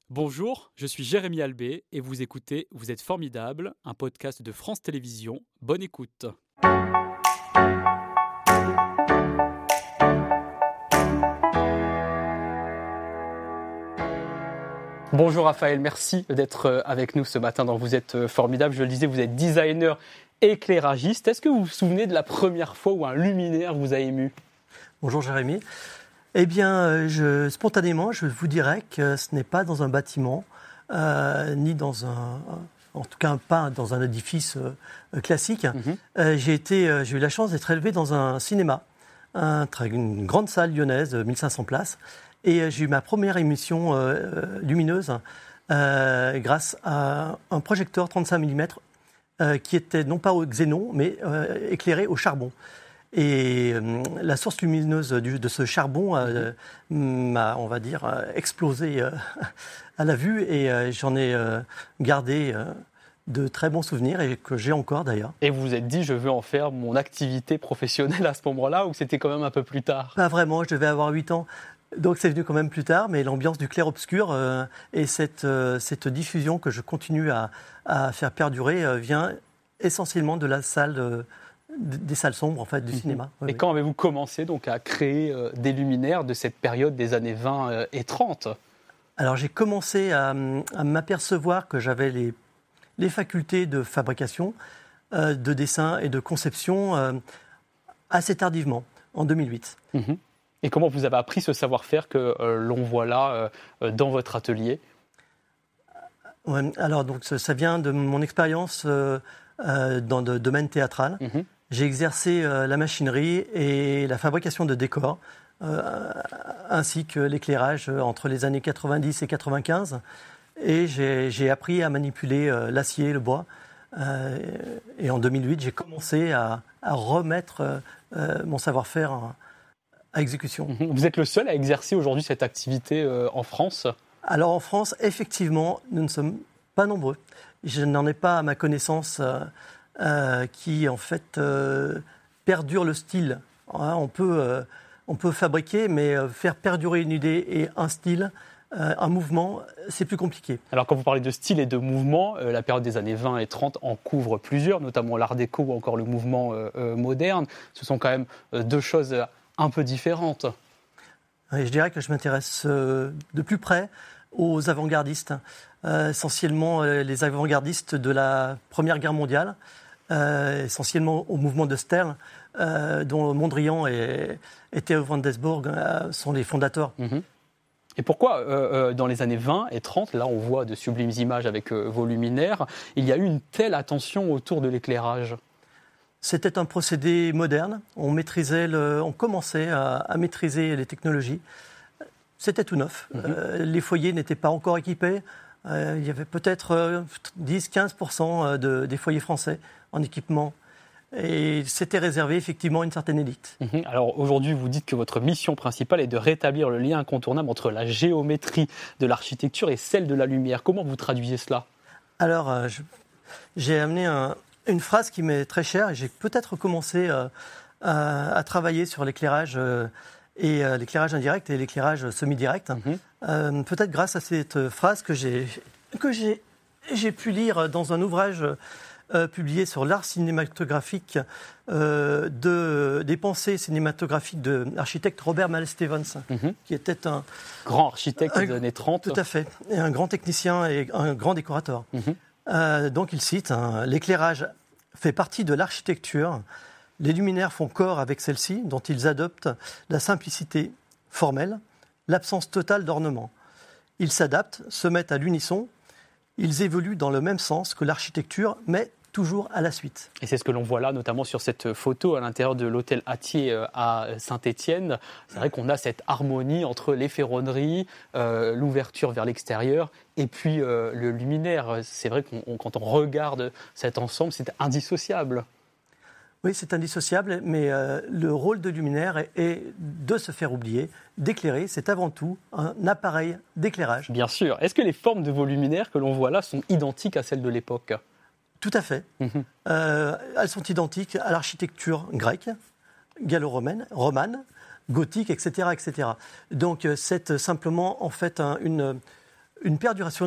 Bonjour, je suis Jérémy Albé et vous écoutez Vous êtes formidable, un podcast de France Télévisions. Bonne écoute. Bonjour Raphaël, merci d'être avec nous ce matin dans Vous êtes formidable. Je le disais, vous êtes designer éclairagiste. Est-ce que vous vous souvenez de la première fois où un luminaire vous a ému ? Bonjour Jérémy. Eh bien, spontanément, je vous dirais que ce n'est pas dans un bâtiment, ni dans en tout cas pas dans un édifice classique. J'ai eu la chance d'être élevé dans un cinéma, une grande salle lyonnaise, 1500 places. Et j'ai eu ma première émission lumineuse grâce à un projecteur 35 mm qui était non pas au xénon, mais éclairé au charbon. Et la source lumineuse de ce charbon m'a, on va dire, explosé à la vue et j'en ai gardé de très bons souvenirs et que j'ai encore d'ailleurs. Et vous vous êtes dit, je veux en faire mon activité professionnelle à ce moment-là ou c'était quand même un peu plus tard ? Pas vraiment, je devais avoir 8 ans. Donc c'est venu quand même plus tard, mais l'ambiance du clair-obscur et cette diffusion que je continue à faire perdurer vient essentiellement de la salle des salles sombres en fait, du cinéma. Et quand avez-vous commencé donc à créer des luminaires de cette période des années 20 et 30 ? Alors j'ai commencé à m'apercevoir que j'avais les facultés de fabrication, de dessin et de conception assez tardivement, en 2008. Et comment vous avez appris ce savoir-faire que l'on voit là dans votre atelier ? Ouais, alors donc, ça vient de mon expérience dans le domaine théâtral. J'ai exercé la machinerie et la fabrication de décors, ainsi que l'éclairage entre les années 90 et 95. Et j'ai appris à manipuler l'acier et le bois. Et en 2008, j'ai commencé à remettre mon savoir-faire à exécution. Vous êtes le seul à exercer aujourd'hui cette activité en France ? Alors en France, effectivement, nous ne sommes pas nombreux. Je n'en ai pas à ma connaissance qui en fait perdure le style. On peut fabriquer, mais faire perdurer une idée et un style, un mouvement, c'est plus compliqué. Alors quand vous parlez de style et de mouvement, la période des années 20 et 30 en couvre plusieurs, notamment l'art déco ou encore le mouvement moderne. Ce sont quand même deux choses un peu différentes. Et je dirais que je m'intéresse de plus près aux avant-gardistes, essentiellement les avant-gardistes de la Première Guerre mondiale, essentiellement au mouvement de Sterl, dont Mondrian et Theo van Doesburg sont les fondateurs. Et pourquoi, dans les années 20 et 30, là on voit de sublimes images avec vos luminaires, il y a eu une telle attention autour de l'éclairage ? C'était un procédé moderne, on commençait à maîtriser les technologies. C'était tout neuf, les foyers n'étaient pas encore équipés, il y avait peut-être 10-15% des foyers français en équipement. Et c'était réservé effectivement à une certaine élite. Alors aujourd'hui, vous dites que votre mission principale est de rétablir le lien incontournable entre la géométrie de l'architecture et celle de la lumière. Comment vous traduisez cela ? Alors, j'ai amené une phrase qui m'est très chère. J'ai peut-être commencé à travailler sur l'éclairage et l'éclairage indirect et l'éclairage semi-direct. Peut-être grâce à cette phrase que j'ai pu lire dans un ouvrage publié sur l'art cinématographique des pensées cinématographiques de l'architecte Robert Mal Stevens, qui était un grand architecte des années 30. Tout à fait, et un grand technicien et un grand décorateur. Donc il cite l'éclairage fait partie de l'architecture. Les luminaires font corps avec celle-ci, dont ils adoptent la simplicité formelle, l'absence totale d'ornement. Ils s'adaptent, se mettent à l'unisson. Ils évoluent dans le même sens que l'architecture, mais toujours à la suite. Et c'est ce que l'on voit là, notamment sur cette photo à l'intérieur de l'hôtel Hatier à Saint-Étienne. C'est vrai qu'on a cette harmonie entre les ferronneries, l'ouverture vers l'extérieur et puis le luminaire. C'est vrai que quand on regarde cet ensemble, c'est indissociable. Oui, c'est indissociable, mais le rôle de luminaire est de se faire oublier, d'éclairer. C'est avant tout un appareil d'éclairage. Bien sûr. Est-ce que les formes de vos luminaires que l'on voit là sont identiques à celles de l'époque ? Tout à fait. Elles sont identiques à l'architecture grecque, gallo-romaine, romane, gothique, etc., etc. Donc c'est simplement en fait une perduration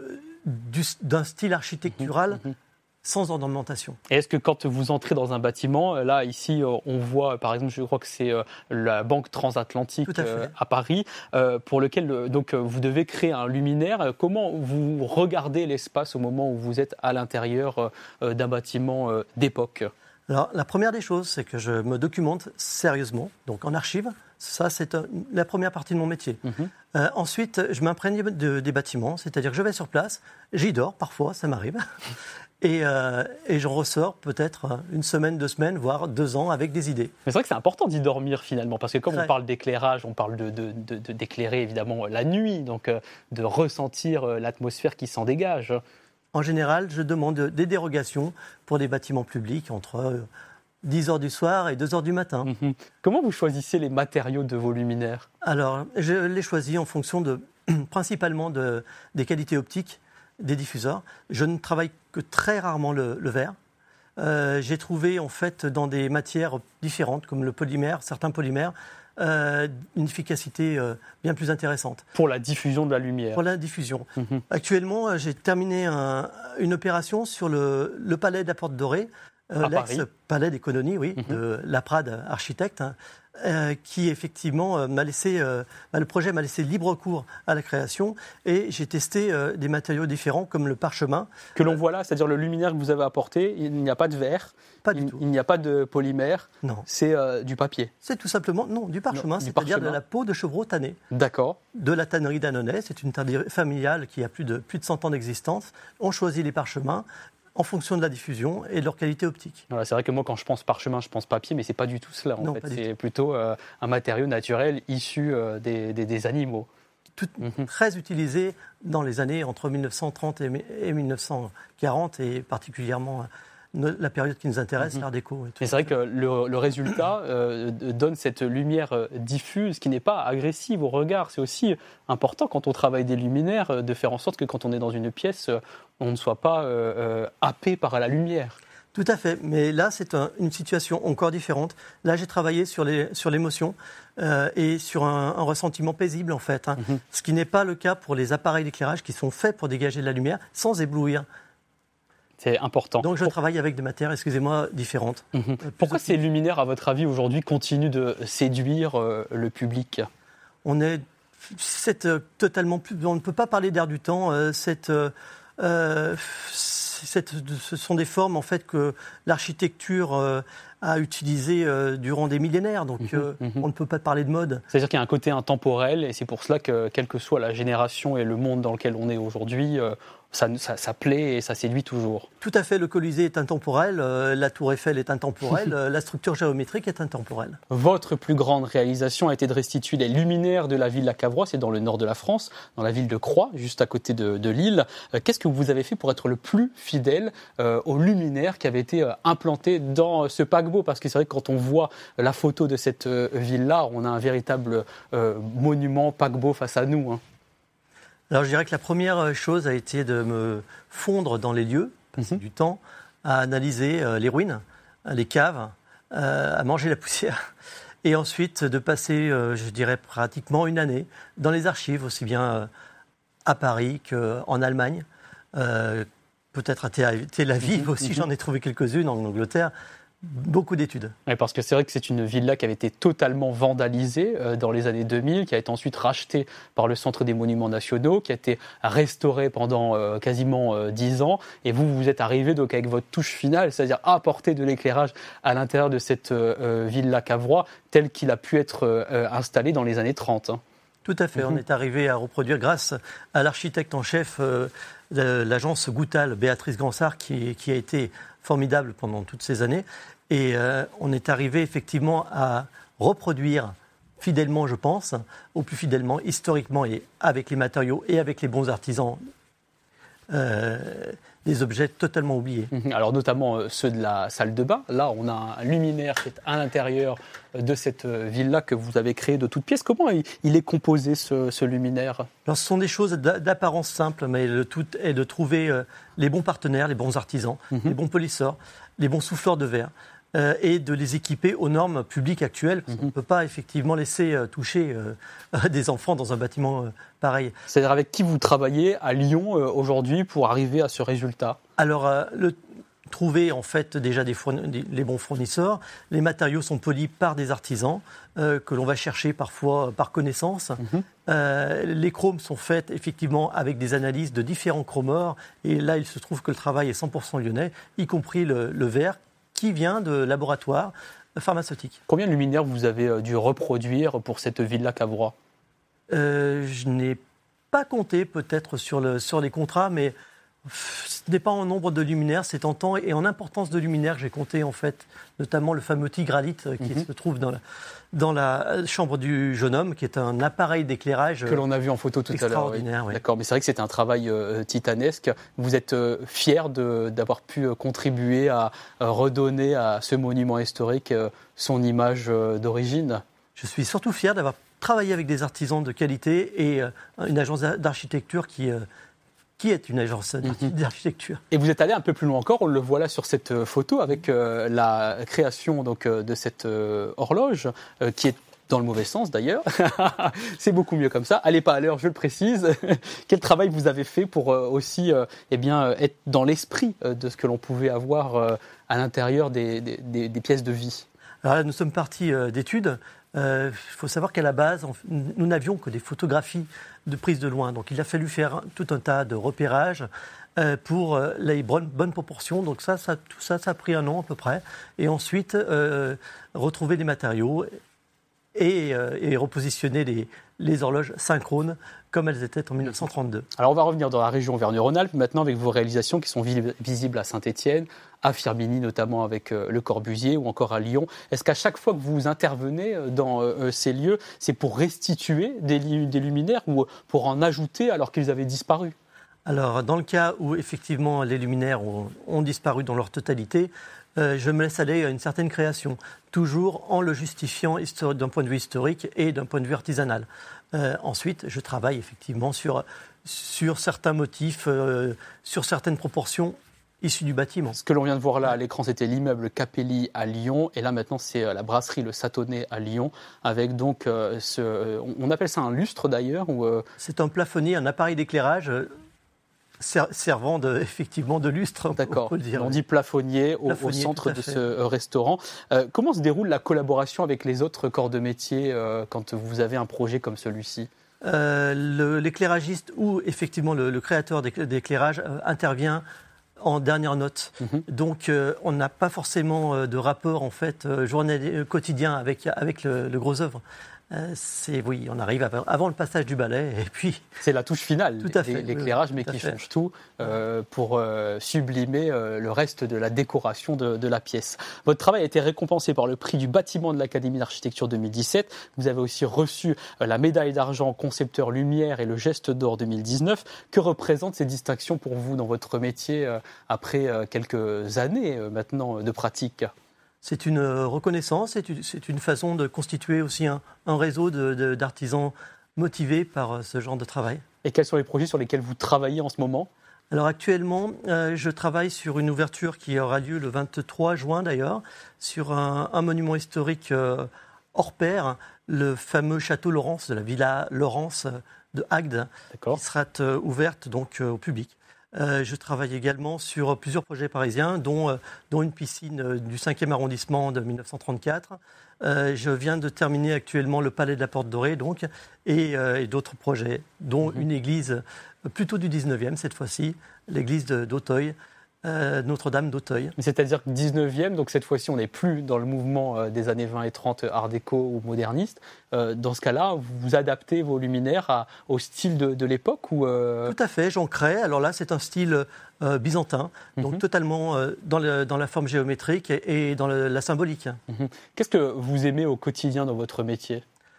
d'un style architectural sans ornementation. Et est-ce que quand vous entrez dans un bâtiment, là, ici, on voit, par exemple, je crois que c'est la Banque Transatlantique à Paris, pour lequel donc, vous devez créer un luminaire. Comment vous regardez l'espace au moment où vous êtes à l'intérieur d'un bâtiment d'époque ? Alors, la première des choses, c'est que je me documente sérieusement, donc en archive. Ça, c'est la première partie de mon métier. Ensuite, je m'imprègne des bâtiments, c'est-à-dire que je vais sur place, j'y dors, parfois, ça m'arrive. Et j'en ressors peut-être une semaine, 2 semaines, voire 2 ans avec des idées. Mais c'est vrai que c'est important d'y dormir finalement, parce que comme on parle d'éclairage, on parle d'éclairer évidemment la nuit, donc de ressentir l'atmosphère qui s'en dégage. En général, je demande des dérogations pour des bâtiments publics entre 10h du soir et 2h du matin. Comment vous choisissez les matériaux de vos luminaires ? Alors, je les choisis en fonction principalement des qualités optiques des diffuseurs. Je ne travaille que très rarement le verre. J'ai trouvé en fait dans des matières différentes comme le polymère, certains polymères, une efficacité bien plus intéressante. Pour la diffusion de la lumière. Pour la diffusion. Actuellement, j'ai terminé une opération sur le palais de la Porte Dorée, l'ex-palais des colonies, de Laprade, architecte, qui effectivement le projet m'a laissé libre cours à la création et j'ai testé des matériaux différents comme le parchemin. Que l'on voit là, c'est-à-dire le luminaire que vous avez apporté, il n'y a pas de verre, pas du tout. Il n'y a pas de polymère, non. C'est du papier. C'est tout simplement, du parchemin, c'est-à-dire de la peau de chevreau tannée. D'accord. De la tannerie d'Annonay, c'est une tannerie familiale qui a plus de 100 ans d'existence. On choisit les parchemins en fonction de la diffusion et de leur qualité optique. Voilà, c'est vrai que moi, quand je pense parchemin, je pense papier, mais ce n'est pas du tout cela. En fait. C'est plutôt un matériau naturel issu des animaux. Très utilisé dans les années entre 1930 et 1940, et particulièrement la période qui nous intéresse, l'art déco. Et c'est vrai que le résultat donne cette lumière diffuse qui n'est pas agressive au regard. C'est aussi important quand on travaille des luminaires de faire en sorte que quand on est dans une pièce, on ne soit pas happé par la lumière. Tout à fait, mais là c'est une situation encore différente. Là j'ai travaillé sur l'émotion et sur un ressentiment paisible en fait, ce qui n'est pas le cas pour les appareils d'éclairage qui sont faits pour dégager de la lumière sans éblouir. C'est important. Donc je travaille avec des matières, différentes. Pourquoi ces luminaires, à votre avis, aujourd'hui, continuent de séduire le public ? Totalement on ne peut pas parler d'air du temps. Ce sont des formes en fait que l'architecture a utilisées durant des millénaires. Donc on ne peut pas parler de mode. C'est-à-dire qu'il y a un côté intemporel et c'est pour cela que, quelle que soit la génération et le monde dans lequel on est aujourd'hui, ça plaît et ça séduit toujours. Tout à fait, le Colisée est intemporel, la Tour Eiffel est intemporelle, la structure géométrique est intemporelle. Votre plus grande réalisation a été de restituer les luminaires de la ville de la Cavrois, c'est dans le nord de la France, dans la ville de Croix, juste à côté de Lille. Qu'est-ce que vous avez fait pour être le plus fidèle aux luminaires qui avaient été implantés dans ce paquebot ? Parce que c'est vrai que quand on voit la photo de cette ville-là, on a un véritable monument paquebot face à nous. Alors je dirais que la première chose a été de me fondre dans les lieux, passer du temps à analyser les ruines, les caves, à manger la poussière. Et ensuite de passer, je dirais pratiquement une année dans les archives, aussi bien à Paris qu'en Allemagne. Peut-être à Tel Aviv aussi, j'en ai trouvé quelques-unes en Angleterre. Beaucoup d'études. Oui, parce que c'est vrai que c'est une villa qui avait été totalement vandalisée dans les années 2000, qui a été ensuite rachetée par le Centre des Monuments Nationaux, qui a été restaurée pendant quasiment 10 ans. Et vous êtes arrivé donc avec votre touche finale, c'est-à-dire apporter de l'éclairage à l'intérieur de cette villa Cavrois, tel qu'il a pu être installé dans les années 30. Tout à fait. On est arrivé à reproduire grâce à l'architecte en chef de l'agence Goutal, Béatrice Gansart, qui a été formidable pendant toutes ces années. Et on est arrivé effectivement à reproduire fidèlement, je pense, au plus fidèlement, historiquement, et avec les matériaux et avec les bons artisans, des objets totalement oubliés. Alors notamment ceux de la salle de bain. Là, on a un luminaire qui est à l'intérieur de cette villa que vous avez créée de toutes pièces. Comment il est composé, ce luminaire ? Alors, ce sont des choses d'apparence simple, mais le tout est de trouver les bons partenaires, les bons artisans, les bons polisseurs, les bons souffleurs de verre, et de les équiper aux normes publiques actuelles. On ne peut pas effectivement laisser toucher des enfants dans un bâtiment pareil. C'est-à-dire avec qui vous travaillez à Lyon aujourd'hui pour arriver à ce résultat? Alors, trouver en fait déjà les bons fournisseurs. Les matériaux sont polis par des artisans que l'on va chercher parfois par connaissance. Les chromes sont faits effectivement avec des analyses de différents chromeurs. Et là, il se trouve que le travail est 100% lyonnais, y compris le verre qui vient de laboratoires pharmaceutiques. Combien de luminaires vous avez dû reproduire pour cette villa Cavrois? Je n'ai pas compté peut-être sur les contrats, mais ce n'est pas en nombre de luminaires, c'est en temps et en importance de luminaires que j'ai compté en fait, notamment le fameux tigralite qui se trouve dans la chambre du jeune homme, qui est un appareil d'éclairage que l'on a vu en photo tout à l'heure. Extraordinaire, oui. D'accord, mais c'est vrai que c'est un travail titanesque. Vous êtes fier d'avoir pu contribuer à redonner à ce monument historique son image d'origine? Je suis surtout fier d'avoir travaillé avec des artisans de qualité et une agence d'architecture qui est une agence d'architecture. Et vous êtes allé un peu plus loin encore, on le voit là sur cette photo, avec la création donc, de cette horloge, qui est dans le mauvais sens d'ailleurs. C'est beaucoup mieux comme ça. Allez pas à l'heure, je le précise. Quel travail vous avez fait pour aussi être dans l'esprit de ce que l'on pouvait avoir à l'intérieur des pièces de vie? Alors là, nous sommes partis d'études. Il faut savoir qu'à la base, nous n'avions que des photographies de prise de loin. Donc il a fallu faire tout un tas de repérages pour les bonnes proportions. Donc tout ça a pris un an à peu près. Et ensuite, retrouver des matériaux et repositionner les horloges synchrones comme elles étaient en 1932. Alors on va revenir dans la région Auvergne-Rhône-Alpes maintenant avec vos réalisations qui sont visibles à Saint-Étienne, à Firminy notamment avec Le Corbusier ou encore à Lyon. Est-ce qu'à chaque fois que vous intervenez dans ces lieux, c'est pour restituer des luminaires ou pour en ajouter alors qu'ils avaient disparu? Alors dans le cas où effectivement les luminaires ont disparu dans leur totalité, je me laisse aller à une certaine création, toujours en le justifiant d'un point de vue historique et d'un point de vue artisanal. Ensuite, je travaille effectivement sur certains motifs, sur certaines proportions issues du bâtiment. Ce que l'on vient de voir là à l'écran, c'était l'immeuble Capelli à Lyon, et là maintenant c'est la brasserie Le Satonnet à Lyon, avec donc on appelle ça un lustre d'ailleurs ou C'est un plafonnier, un appareil d'éclairage servant effectivement de lustre. D'accord. On peut le dire. On dit plafonnier au centre de ce restaurant. Comment se déroule la collaboration avec les autres corps de métier quand vous avez un projet comme celui-ci? L'éclairagiste ou effectivement le créateur d'éclairage intervient en dernière note. Donc on n'a pas forcément de rapport en fait quotidien avec le gros œuvre. Oui, on arrive avant le passage du balai et puis... C'est la touche finale, l'éclairage, mais qui change tout pour sublimer le reste de la décoration de la pièce. Votre travail a été récompensé par le prix du bâtiment de l'Académie d'architecture 2017. Vous avez aussi reçu la médaille d'argent concepteur lumière et le geste d'or 2019. Que représentent ces distinctions pour vous dans votre métier après quelques années maintenant de pratique ? C'est une reconnaissance, c'est une façon de constituer aussi un réseau d'artisans motivés par ce genre de travail. Et quels sont les projets sur lesquels vous travaillez en ce moment ? Alors actuellement, je travaille sur une ouverture qui aura lieu le 23 juin d'ailleurs, sur un monument historique hors pair, le fameux château Laurence de la villa Laurence de Agde, qui sera ouverte donc au public. Je travaille également sur plusieurs projets parisiens, dont une piscine du 5e arrondissement de 1934. Je viens de terminer actuellement le Palais de la Porte Dorée, donc, et d'autres projets, dont une église plutôt du 19e cette fois-ci, l'église d'Auteuil, Notre-Dame d'Auteuil. C'est-à-dire que 19e, donc cette fois-ci on n'est plus dans le mouvement des années 20 et 30 art déco ou moderniste. Dans ce cas-là, vous adaptez vos luminaires au style de l'époque ou Tout à fait, j'en crée. Alors là, c'est un style byzantin, donc totalement dans la forme géométrique et dans la symbolique. Qu'est-ce que vous aimez au quotidien dans votre métier ?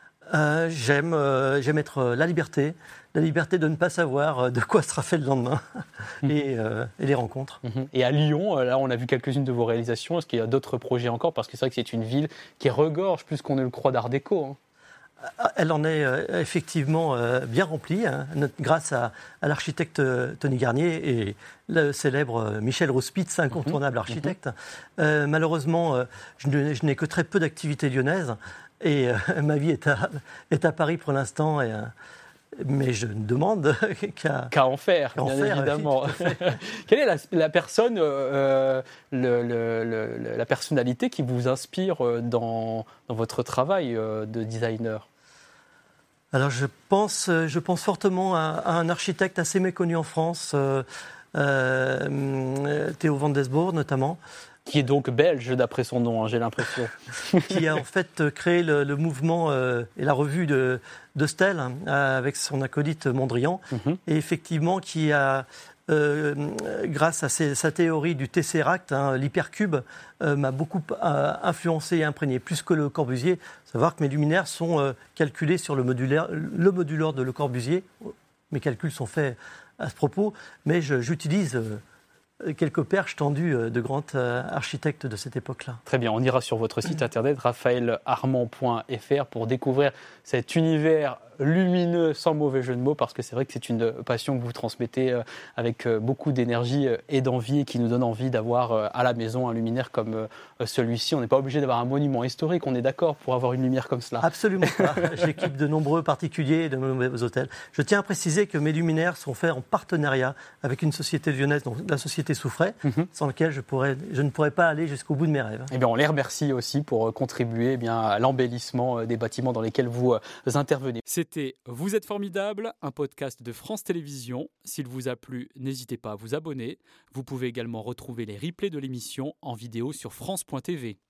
J'aime être la liberté de ne pas savoir de quoi sera fait le lendemain et les rencontres. Et à Lyon, là on a vu quelques-unes de vos réalisations, est-ce qu'il y a d'autres projets encore? Parce que c'est vrai que c'est une ville qui regorge plus qu'on ne le croit d'art déco. Elle en est effectivement bien remplie, hein, grâce à l'architecte Tony Garnier et le célèbre Michel Rouspitz, incontournable architecte. Malheureusement, je n'ai que très peu d'activités lyonnaises et ma vie est à Paris pour l'instant. Mais je ne demande qu'à en faire, bien évidemment. Quelle est la personne, la personnalité qui vous inspire dans votre travail de designer ? Alors je pense fortement à un architecte assez méconnu en France, Theo van Desboer notamment. Qui est donc belge d'après son nom, hein, j'ai l'impression. Qui a en fait créé le mouvement et la revue de Stel avec son acolyte Mondrian. Et effectivement qui a, grâce à sa théorie du Tesseract, l'hypercube, m'a beaucoup influencé et imprégné, plus que Le Corbusier. Savoir que mes luminaires sont calculés sur le modulaire de Le Corbusier. Mes calculs sont faits à ce propos, mais j'utilise quelques perches tendues de grands architectes de cette époque-là. Très bien, on ira sur votre site internet raphaëlarmand.fr pour découvrir cet univers lumineux, sans mauvais jeu de mots, parce que c'est vrai que c'est une passion que vous transmettez avec beaucoup d'énergie et d'envie, et qui nous donne envie d'avoir à la maison un luminaire comme celui-ci. On n'est pas obligé d'avoir un monument historique, on est d'accord, pour avoir une lumière comme cela. Absolument pas. J'équipe de nombreux particuliers et de nombreux hôtels. Je tiens à préciser que mes luminaires sont faits en partenariat avec une société lyonnaise, donc la société Souffret, sans laquelle je ne pourrais pas aller jusqu'au bout de mes rêves. Eh bien, on les remercie aussi pour contribuer à l'embellissement des bâtiments dans lesquels vous intervenez. C'était Vous êtes formidable, un podcast de France Télévisions. S'il vous a plu, n'hésitez pas à vous abonner. Vous pouvez également retrouver les replays de l'émission en vidéo sur France.tv.